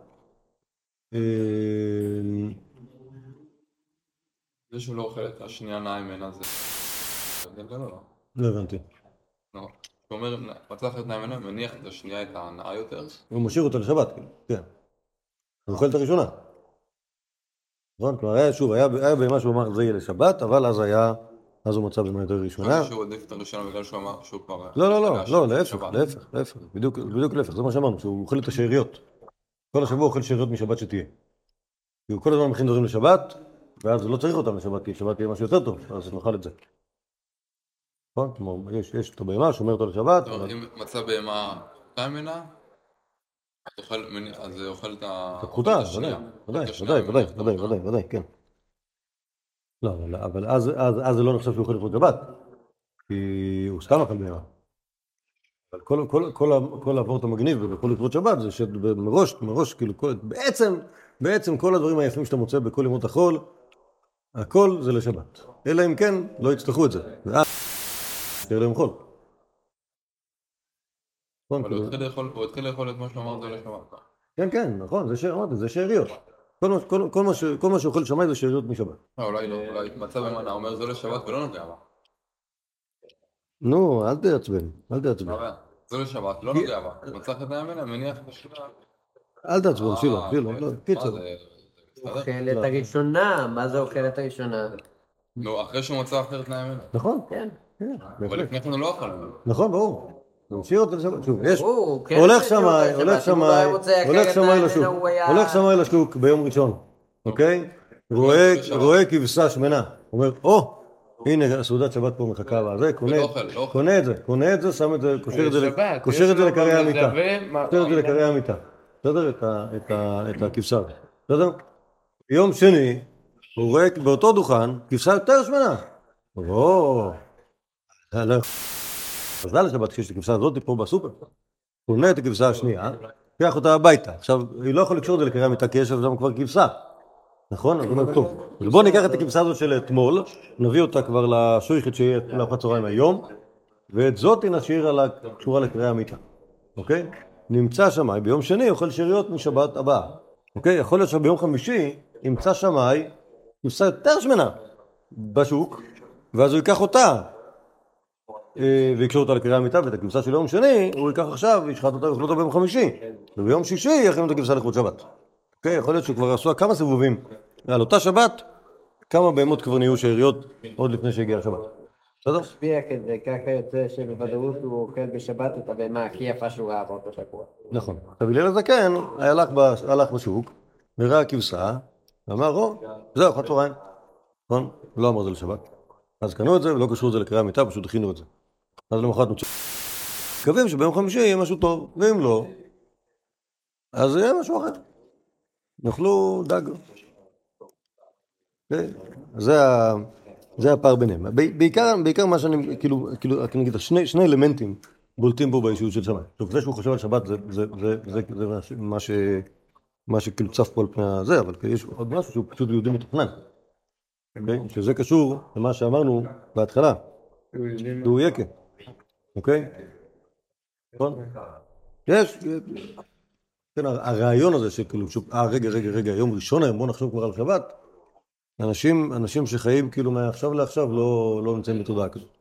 זה שהוא לא אוכל את השנייה נעה ממנה זה...
לא הבנתי.
לא, הוא אומר, מצא אחרת נעה ממנה, מניח את השנייה את הנעה יותר.
הוא משאיר אותה לשבת, כן. הוא אוכל את הראשונה. נכון? כלומר, היה בהמה שהוא אמר זה יהיה לשבת, אבל אז הוא מצא בהמה יותר ראשונה.
שהוא עדיף את הראשונה בגלל שהוא אמר שהוא כבר...
לא, להפך, בדיוק להפך, זה מה שאמרנו, שהוא אוכל את השאריות. כל השבוע הוא אוכל שאריות משבת שתהיה. הוא כל הזמן מכין דברים לשבת, ואז לא צריך אותם לשבת, כי שבת תהיה משהו יותר טוב, אז נאכל את זה. נכון? כלומר, יש את הבהמה, שומר אותו לשבת.
אם מצא בהמה נעה ממנה, אז זה אוכל את השנייה.
ודאי, כן. לא, אבל אז זה לא נחשב שהוא אוכל לכבוד שבת, כי הוא סתם אכל בהמה. אבל כל העברות המגניב בכל לכבוד שבת זה שמראש, כאילו, בעצם כל הדברים היפים שאתה מוצא בכל ימות החול, הכל זה לשבת. אלא אם כן, לא יצטרכו את זה. ואז תראה להם חול.
אבל הוא התחיל לאכול את מה שאמרת לשבת.
כן, נכון, זה שאריות. כל מה שאוכל שמיים זה שאריות משבת.
אולי מצא במנה, אומר זה לשבת ולא נוגע בה.
נו, אל תעצבן.
זה לשבת, לא נוגע בה. מצא את הימנה, מניח את השבת.
אל תעצבן, שילו. קיצר.
אוכלת הראשונה, מה זה אוכלת הראשונה?
נו, אחרי שהוא מצא אחרת נאמנה.
נכון.
כן.
אבל לפני כן הוא לא אכל.
נכון, ברור. הוא השאיר אותו לשבת. שוב, יש... הולך שמאי לשוק ביום ראשון, אוקיי? רואה כבשה שמנה. אומר, הנה סעודת שבת פה מחכה וזה, קונה את זה, שם את זה, קושר את זה לקרי המיטה. בסדר? את הכבשה. בסדר? ביום שני, הוא רואה באותו דוכן כבשה יותר שמנה. מזל לשבת כשיש את הכבשה הזאת פה בסופר. הוא קונה את הכבשה השנייה, לוקח אותה הביתה. עכשיו, היא לא יכול לקשור את זה לקרי המיטה, כי יש שם כבר כבשה. נכון? אז הוא אומר, טוב. אז בואו ניקח את הכבשה הזאת של אתמול, נביא אותה כבר לשויכת שיהיה לארוחת צהריים היום, ואת זאת נשאיר על הקשורה לקרי המיטה. אוקיי? נמצא שמאי, ביום שני אוכל שאריות משבת הבאה. אוקיי? יכול להיות שביום חמישי ימצא שמאי כבשה יותר שמנה בשוק, ואז הוא ייקח אותה ויקשור אותה לקרי המיטה, ואת הכבשה של יום שני הוא ייקח עכשיו וישחט אותה ויאכל אותה ביום חמישי, וביום שישי יכין את הכבשה לכבוד שבת. אוקיי? יכול להיות שכבר עשו כמה סיבובים על אותה שבת, כמה בהמות כבר נהיו שאריות עוד לפני שהגיע השבת. בסדר?
שפיע כזה, ככה יוצא שבוודאות הוא אוכל בשבת את הבהמה הכי יפה שהוא ראה באותו שבוע.
נכון. עכשיו הלל הזקן הלך בשוק, וראה כבשה, ואמר, זהו, אחת צהריים. נכון? לא אמר זה לשבת. אז קנו את זה ולא קשרו את זה לקריאה מיטה, פשוט הכינו את זה. אז למחרת מקווים שביום חמישי יהיה משהו טוב, ואם לא, אז יהיה משהו אחר. נאכלו דג. זה הפער ביניהם. בעיקר מה שאני, כאילו, אני אגיד, שני אלמנטים בולטים בו באישיות של שמאי. זה שהוא חושב על שבת, זה מה שכאילו צף פה על פני הזה, אבל יש עוד משהו שהוא פשוט יהודי מתוכנן. שזה קשור למה שאמרנו בהתחלה. הוא יקה. אוקיי? נכון? יש. כן, הרעיון הזה שכאילו, רגע, יום ראשון היום, בוא נחשוב כבר על שבת. אנשים שחיים כאילו מעכשיו לעכשיו לא נמצאים בתודעה כזאת.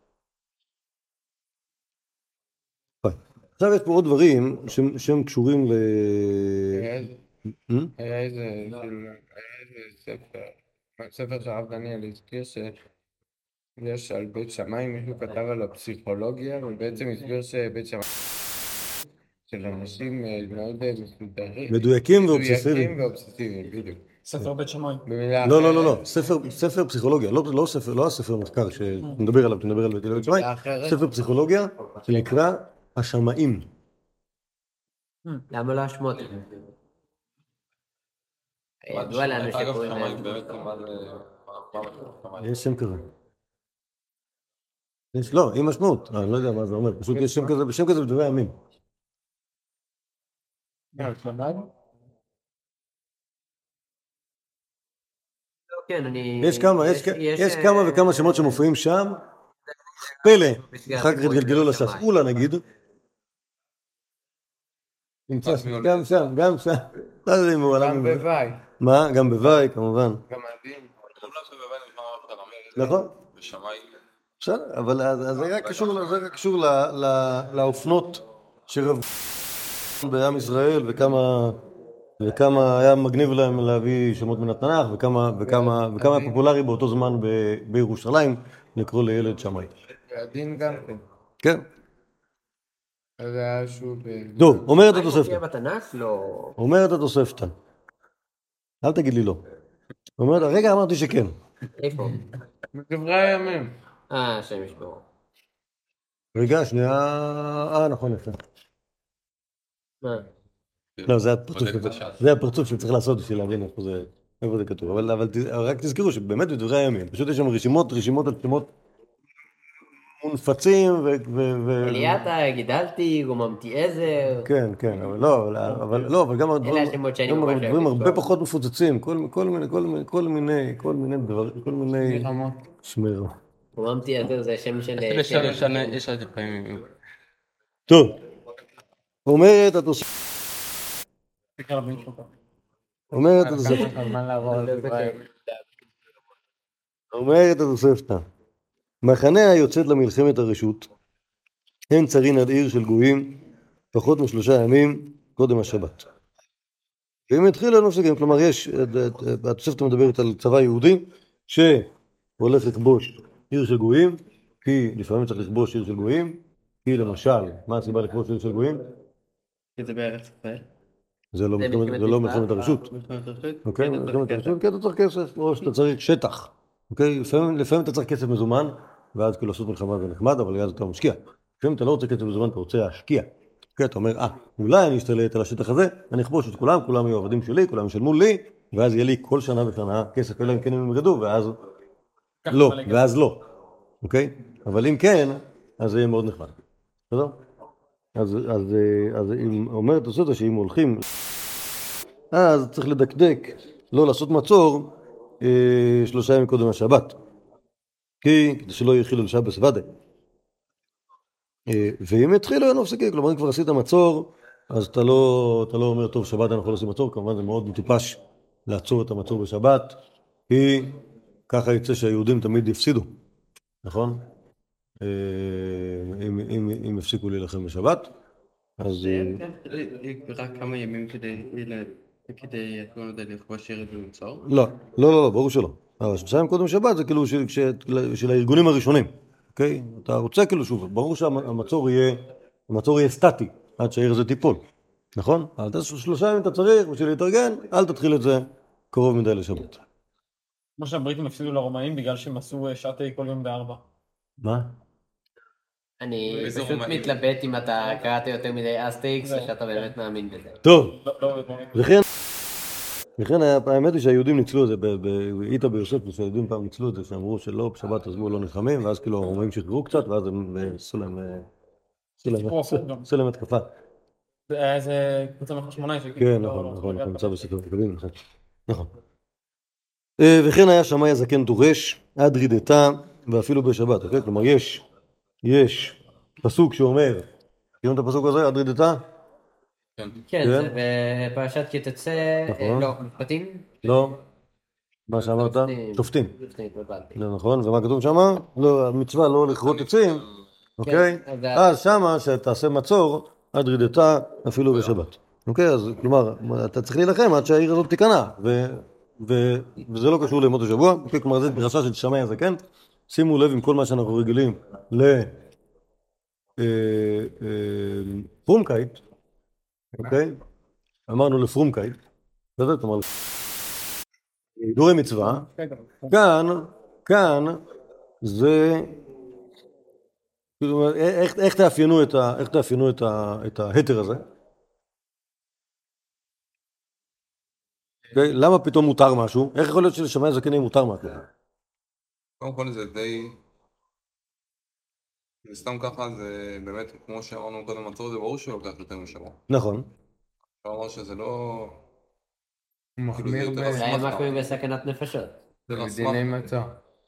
עכשיו יש פה עוד דברים שהם קשורים ל...
היה איזה ספר שהרב דניאל הזכיר שיש על בית שמאי, מישהו כתב על הפסיכולוגיה, ובעצם הסביר שבית שמאי של אנשים מאוד מסודרים.
מדויקים ואובססיביים.
בדיוק.
ספר בית שמאי.
לא, ספר פסיכולוגיה, לא הספר מחקר שנדבר עליו, תדבר על בית שמאי, ספר פסיכולוגיה שנקרא השמאים.
למה לא השמות? ידוע לנו שקוראים להם.
יש שם כזה. לא, עם משמעות, אני לא יודע מה זה אומר, פשוט יש שם כזה בדברי הימים. יש כמה וכמה שמות שמופיעים שם, פלא, אחר כך התגלגלו לש"ס, אולה נגיד, גם שם, גם בוואי. מה? גם בוואי, כמובן.
גם הדין.
נכון. בסדר, אבל זה היה קשור לאופנות שרבו בעם ישראל, וכמה היה מגניב להם להביא שמות מן התנ"ך, וכמה פופולרי באותו זמן בירושלים לקרוא לילד שמאי.
הדין גם
כן.
זה היה שוב...
טוב, אומרת התוספתא.
מופיע בתנ"ך? לא.
אומרת התוספתא. אל תגיד לי לא. אומרת, הרגע אמרתי שכן.
איפה?
בדברי הימים.
השם ישמור.
רגע, שנייה... נכון, יפה.
מה?
לא, זה הפרצוף שצריך לעשות בשביל להבין איפה זה כתוב. אבל רק תזכרו שבאמת בדברי הימים, פשוט יש שם רשימות על שמות מונפצים
אליאתה, גידלתי, גוממתי עזר.
כן, אבל גם הדברים הרבה פחות מפוצצים, כל מיני שמר.
גוממתי עזר זה השם של...
יש עוד פעמים.
טוב, אומרת התוספתא. אומרת התוספתא. מחנה היוצאת למלחמת הרשות, הן צרין עד עיר של גויים, פחות מ3 ימים קודם השבת. ואם התחילה נפסקים, כלומר יש, התוספתא מדברת על צבא יהודי, שהולך לכבוש עיר של גויים, כי לפעמים צריך לכבוש עיר של גויים, כי למשל, מה הסיבה לכבוש עיר של גויים?
כי זה בארץ ישראל.
זה לא מלחמת הרשות. אוקיי, מלחמת הרשות, כי אתה צריך כסף, או שאתה צריך שטח. אוקיי, לפעמים אתה צריך כסף מזומן, ואז כאילו לעשות מלחמה זה נחמד, אבל אז אתה משקיע. לפעמים אתה לא רוצה כסף מזומן, אתה רוצה להשקיע. אוקיי, אתה אומר, אולי אני אשתלט על השטח הזה, אני אכבוש את כולם יהיו עבדים שלי, כולם ישלמו לי, ואז יהיה לי כל שנה ושנה כסף, אלא אם כן הם ימרדו, ואז לא. אוקיי? אבל אם כן, אז זה יהיה מאוד נחמד. בסדר? אז אומרת הסוטה שאם הולכים, אז צריך לדקדק, לא לעשות מצור 3 ימים קודם השבת. כדי שלא יחילו לשבת ודאי. ואם יתחילו אין מפסיקים, כלומר אם כבר עשית מצור, אז אתה לא אומר טוב שבת אנחנו לא עושים מצור, כמובן זה מאוד מטופש לעצור את המצור בשבת, כי ככה יצא שהיהודים תמיד יפסידו, נכון? אם יפסיקו להילחם בשבת, אז...
רק כמה ימים כדי לכבוש עיר ולמצור?
לא, ברור שלא. אבל 3 ימים קודם שבת זה כאילו של הארגונים הראשונים, אוקיי? אתה רוצה כאילו שוב, ברור שהמצור יהיה סטטי, עד שהעיר הזה תיפול, נכון? אבל 3 ימים אתה צריך בשביל להתארגן, אל תתחיל את זה קרוב מדי לשבת.
כמו שהבריטים הפסידו לרומאים בגלל שהם עשו שעת כל יום ב4.
מה?
אני פשוט מתלבט אם אתה קראת יותר מדי אסטריקס, או שאתה באמת מאמין בזה.
טוב, לכן האמת היא שהיהודים ניצלו את זה, באיתא ביוספוס, שהיהודים פעם ניצלו את זה, שאמרו שלא, בשבת עזבו לא נלחמים, ואז כאילו הרומאים שחררו קצת, ואז הם עשו להם התקפה.
זה היה איזה קבוצה מחשמונאי שכאילו...
כן, נכון, נמצא בספר מקבים, נכון. וכן היה שמאי הזקן דורש עד רידתה ואפילו בשבת, אוקיי? כלומר יש פסוק שאומר, תראו את הפסוק הזה, עד רידתה?
כן, זה בפרשת כי תצא, לא, משפטים?
לא, מה שאמרת? שופטים. נכון, ומה כתוב שם? לא, המצווה לא לכרות עצים, אוקיי? אז שמה שתעשה מצור עד רידתה אפילו בשבת. אוקיי, אז כלומר, אתה צריך להילחם עד שהעיר הזאת תיכנע, וזה לא קשור לימות השבוע, אוקיי, כלומר זה דרשה של שמאי הזקן, שימו לב עם כל מה שאנחנו רגילים לפרומקייט, אוקיי? אמרנו לפרומקייט, בסדר? כלומר, דורי מצווה, כאן זה, איך תאפיינו את ההתר הזה? למה פתאום מותר משהו? איך יכול להיות שלשמאי הזקן יהיה מותר משהו?
קודם כל זה די... סתם ככה זה באמת, כמו שאמרנו קודם מצור, זה ברור שהוא לוקח יותר משבוע.
נכון.
אפשר לומר שזה לא...
מחמיר
הם מחמירים בסכנת נפשות.
זה לא
בדיני
סמך.
מצה.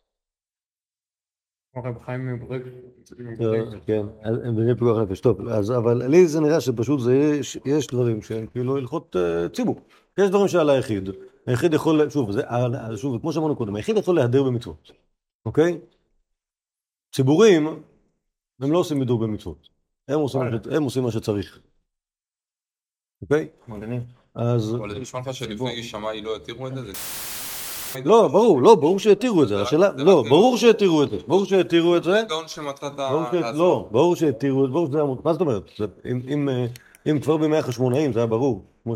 רב חיים מבריק.
כן, הם בדיני פיקוח נפש, טוב, אבל לי זה נראה שפשוט יש דברים שהם כאילו הלכות ציבור. יש דברים שעל היחיד. היחיד יכול, שוב, כמו שאמרנו קודם, היחיד יכול להיעדר במצוות, אוקיי? ציבורים, הם לא עושים מידור במצוות. הם עושים מה שצריך. אוקיי? אז...
אבל זה נשמע לך שלפני שמאי לא התירו את זה?
לא, ברור שהתירו את זה. לא, ברור שהתירו את זה. ברור שהתירו את זה.
גאון שמטרת...
לא, ברור שהתירו את זה. מה זאת אומרת? אם כבר בימי החשמונאים זה היה ברור. כמו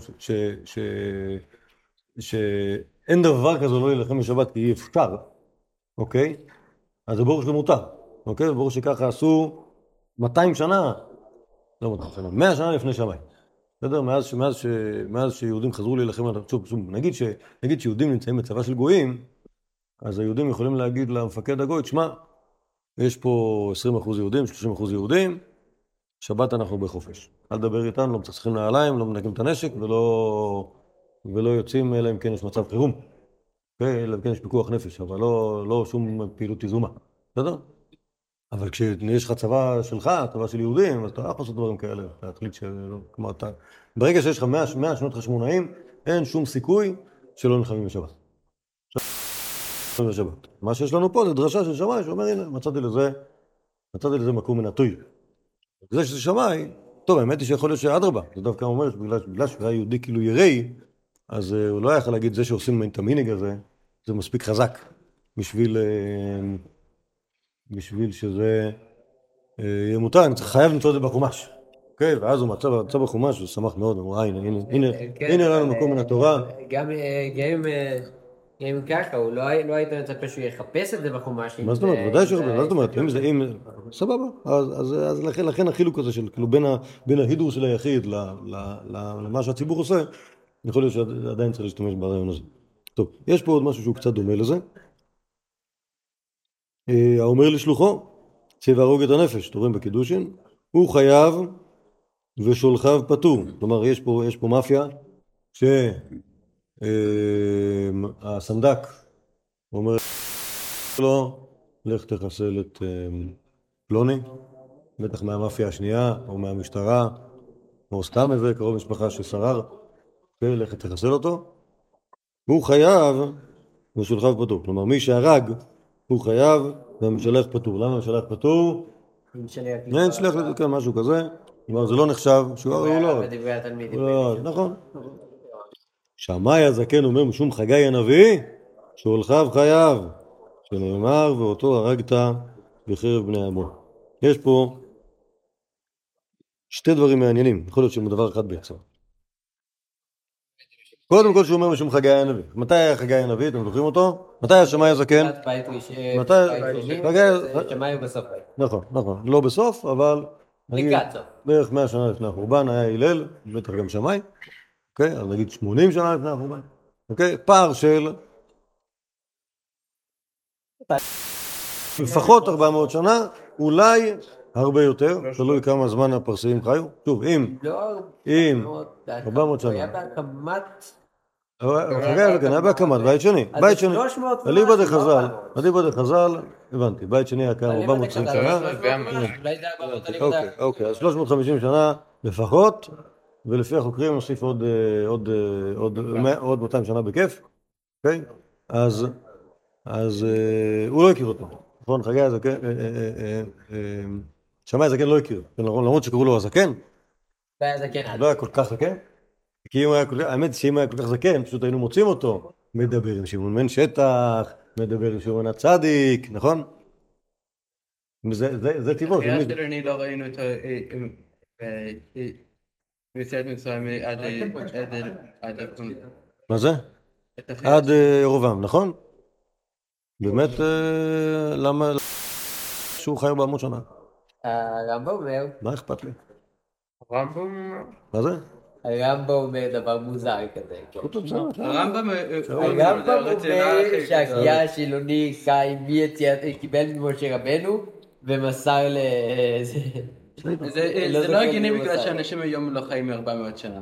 שאין דבר כזה לא להילחם בשבת כי אי אפשר. אוקיי? אז זה ברור שזה מותר. אוקיי? ברור שככה עשו 200 שנה. לא 200 שנה, 100 שנה לפני שמאי. בסדר? מאז שיהודים חזרו להילחם על... שוב, נגיד שיהודים נמצאים בצבא של גויים, אז היהודים יכולים להגיד למפקד הגוי, תשמע, יש פה 20% יהודים, 30% יהודים, שבת אנחנו בחופש. אל תדבר איתנו, לא מצחצחים נעליים, לא מנקים את הנשק, ולא יוצאים אלא אם כן יש מצב חירום. אלא אם כן יש פיקוח נפש, אבל לא שום פעילות יזומה. בסדר? אבל כשיש לך צבא שלך, צבא של יהודים, אז אתה לא יכול לעשות דברים כאלה. אתה תחליט כלומר, ברגע שיש לך 100 שנות חשמונאים, אין שום סיכוי שלא נלחמים בשבת. מה שיש לנו פה זה דרשה של שמאי שאומר, הנה, מצאתי לזה מקום מן הטויל. זה שזה שמאי, טוב, האמת היא שיכול להיות שאדרבה, זה דווקא אומר שבגלל שהוא היה יהודי כאילו יראי, אז הוא לא יכול להגיד זה שעושים את המנהג הזה, זה מספיק חזק בשביל שזה יהיה מותר, אני חייב למצוא את זה בחומש. אוקיי, ואז הוא מצא בחומש, הוא שמח מאוד, הוא ראה, הנה לנו מקום מן התורה.
גם אם ככה, הוא לא היית מצפה שהוא יחפש את זה בחומש.
מה זאת אומרת? ודאי שהוא יחפש, מה זאת אומרת? סבבה, אז לכן החילוק הזה של כאילו בין ההידור של היחיד למה שהציבור עושה, יכול להיות שעדיין צריך להשתמש ברעיון הזה. טוב, יש פה עוד משהו שהוא קצת דומה לזה. האומר לשלוחו, צא והרוג את הנפש, תורם בקידושין, הוא חייב ושולחיו פטור. כלומר, יש פה מאפיה שהסנדק אומר לו, לך תחסל את פלוני, בטח מהמאפיה השנייה, או מהמשטרה, או סתם איזה קרוב משפחה ששרר, לך תחסל אותו, הוא חייב ושולחיו פטור. כלומר, מי שהרג, הוא חייב והמשלח פטור. למה המשלח פטור? אין שליח לדקה, משהו כזה. כלומר, זה לא נחשב, שהוא לא...
בדברי התלמידים.
נכון. שמאי הזקן אומר משום חגי הנביא, שולחיו חייב, שנאמר ואותו הרגת בחרב בני עמו. יש פה שתי דברים מעניינים, יכול להיות שהם דבר אחד בעצם. קודם כל שהוא אומר משום חגי הנביא. מתי היה חגי הנביא? אתם זוכרים אותו? מתי היה שמאי הזקן?
בית ראשון,
מתי?
שמאי הוא בסוף.
נכון. לא בסוף, אבל...
לקראת סוף.
בערך 100 שנה לפני החורבן היה הלל, בטח גם שמאי. אוקיי? אז נגיד 80 שנה לפני החורבן. אוקיי? פער של... לפחות 400 שנה, אולי הרבה יותר, תלוי כמה זמן הפרסיים חיו. שוב, אם 400 שנה.
היה בהקמת...
היה בהקמת, בית שני. בית שני. אליבא דחז"ל, הבנתי, בית שני היה כמה 420 שנה. אוקיי, אז 350 שנה לפחות, ולפי החוקרים נוסיף עוד 200 שנה בכיף. אוקיי? אז הוא לא הכיר אותו. נכון, חגי הזקן, שמאי הזקן לא הכיר, למרות שקראו לו הזקן. לא היה כל כך זקן. כי האמת שאם היה כל כך זקן, פשוט היינו מוצאים אותו. מדבר עם שמעון בן שטח, מדבר עם שמעון הצדיק, נכון? זה טבעו.
אני לא ראינו את יציאת מצרים עד...
מה זה? עד ירבעם, נכון? באמת, למה שהוא חי 400 שנה?
הרמב"ם אומר...
מה אכפת לי? מה זה?
הרמב"ם אומר דבר מוזר כזה.
הרמב"ם
אומר שהכייה השילוני חי קיבל ממשה רבנו ומסר ל...
זה לא הגיוני בגלל שאנשים היום לא חיים 400 שנה.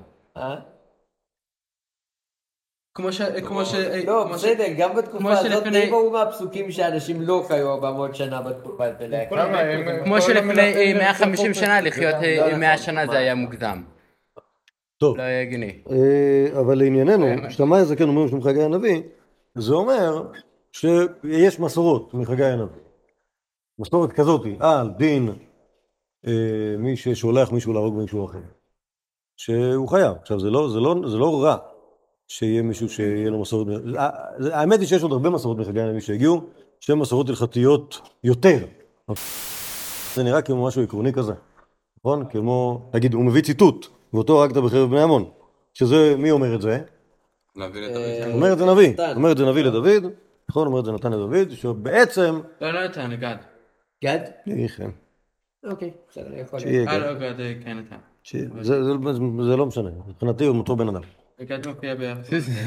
לא, בסדר, גם בתקופה הזאת די ברור מהפסוקים שאנשים לא חיו 400 שנה בתקופה הזאת.
כמו שלפני 150 שנה לחיות 100 שנה זה היה מוקדם.
טוב.
לא היה הגיוני.
אבל לענייננו, שמאי הזקן אומר משום חגי הנביא, זה אומר שיש מסורות מחגי הנביא. מסורת כזאת, על דין מי ששולח מישהו להרוג מישהו אחר. שהוא חייב. עכשיו, זה לא רע. שיהיה מישהו שיהיה לו מסורת... האמת היא שיש עוד הרבה מסורות מחגי הנביא שהגיעו, שהן מסורות הלכתיות יותר. זה נראה כמו משהו עקרוני כזה, נכון? כמו, נגיד, הוא מביא ציטוט, ואותו הרגת בחרב בני עמון, שזה, מי אומר את זה?
נביא לדוד.
אומר את זה נביא, אומר את זה נביא לדוד, נכון? אומר את זה נתן לדוד, שבעצם...
לא נתן, גד.
גד?
כן.
אוקיי, בסדר, יכול
שיהיה גד.
לא, גד, כן נתן.
זה לא משנה, מבחינתי הוא אותו בן אדם.
גד מופיע ביחד.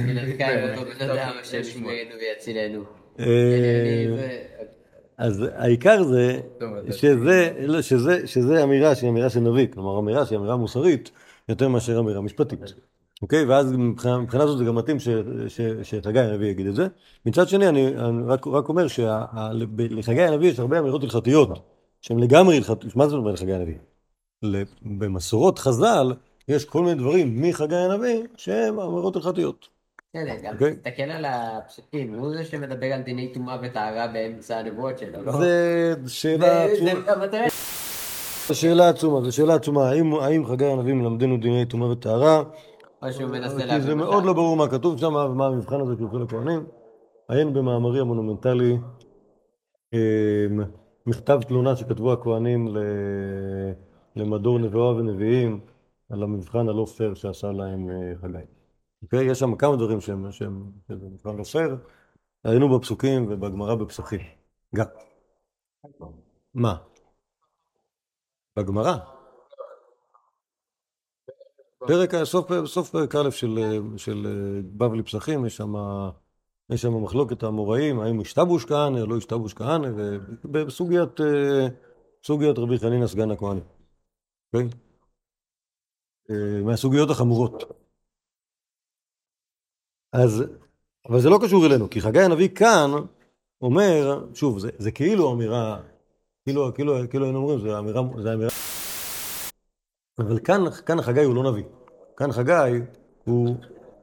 אז העיקר זה שזה אמירה שהיא אמירה של נביא, כלומר אמירה שהיא אמירה מוסרית יותר מאשר אמירה משפטית. אוקיי? ואז מבחינה זאת זה גם מתאים שחגי הנביא יגיד את זה. מצד שני אני רק אומר שלחגי הנביא יש הרבה אמירות הלכתיות שהן לגמרי הלכתיות. מה זה אומר לחגי הנביא? במסורות חז"ל יש כל מיני דברים מחגי הנביא שהם אמירות הלכתיות.
גם תסתכל על הפסוקים, הוא זה שמדבר על דיני טומאה וטהרה באמצע הנבואות שלו, לא?
זה שאלה עצומה, האם חגי הנביא מלמדנו דיני טומאה וטהרה?
או שהוא מנסה
כי
להבין.
זה מאוד לא ברור מה כתוב שם ומה המבחן הזה כלפי לכהנים. עיין במאמרי המונומנטלי מכתב תלונה שכתבו הכהנים למדור נבואה ונביאים על המבחן הלא פייר שעשה להם חגי. אוקיי? יש שם כמה דברים שהם מבחן לא פייר. היינו בפסוקים ובגמרא בפסחים. גם. מה? בגמרא. סוף פרק א' של בבלי פסחים, יש שם מחלוקת האמוראים, האם השתבוש כהנא או לא השתבוש כהנא, ובסוגיית רבי חנינא סגן הכהנים. אוקיי? מהסוגיות החמורות. אבל זה לא קשור אלינו, כי חגי הנביא כאן אומר, שוב, זה כאילו אמירה, כאילו היינו אומרים, זה אמירה, אבל כאן חגי הוא לא נביא. כאן חגי הוא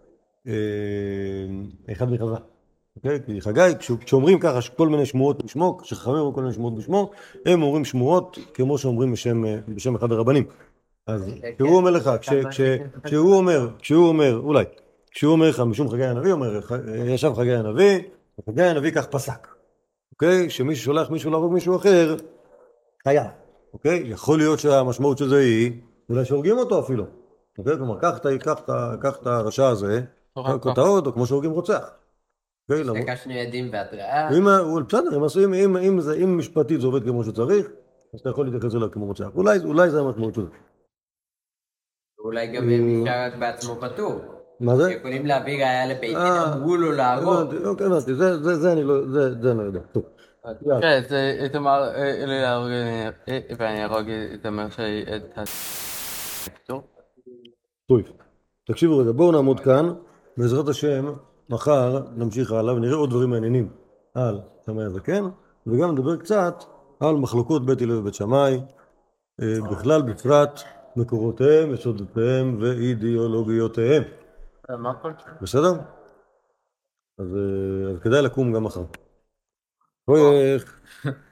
אחד מחזה. אוקיי? כי חגי, כשאומרים ככה כל מיני שמועות בשמו, כשחכמים אומרים כל מיני שמועות בשמו, הם אומרים שמועות כמו שאומרים בשם אחד הרבנים. אז כשהוא אומר לך, כשהוא אומר לך משום חגי הנביא, אומר, ישב חגי הנביא, וחגי הנביא כך פסק. אוקיי? שמי ששולח מישהו להרוג מישהו אחר, חייב. אוקיי? יכול להיות שהמשמעות של זה היא, אולי שהורגים אותו אפילו. אוקיי? כלומר, קח את הרשע הזה, כותרות, או כמו שהורגים רוצח.
ביקשנו עדים והתראה.
בסדר, אם משפטית זה עובד כמו שצריך, אז אתה יכול להתייחס אליו כמו רוצח. אולי זה המשמעות שלו.
אולי גם משרת בעצמו פטור.
מה זה?
יכולים להביא ראיה לבית דין, אמרו לו להרוג.
הבנתי, זה אני לא יודע. טוב.
כן, זה איתמר, ואני ארוג איתמר את הפטור.
טוב, תקשיבו רגע, בואו נעמוד כאן, בעזרת השם, מחר נמשיך הלאה ונראה עוד דברים מעניינים על שמאי הזקן, וגם נדבר קצת על מחלוקות בית הלל ובית שמאי, בכלל בפרט מקורותיהם, יסודותיהם ואידיאולוגיותיהם. בסדר? אז כדאי לקום גם מחר.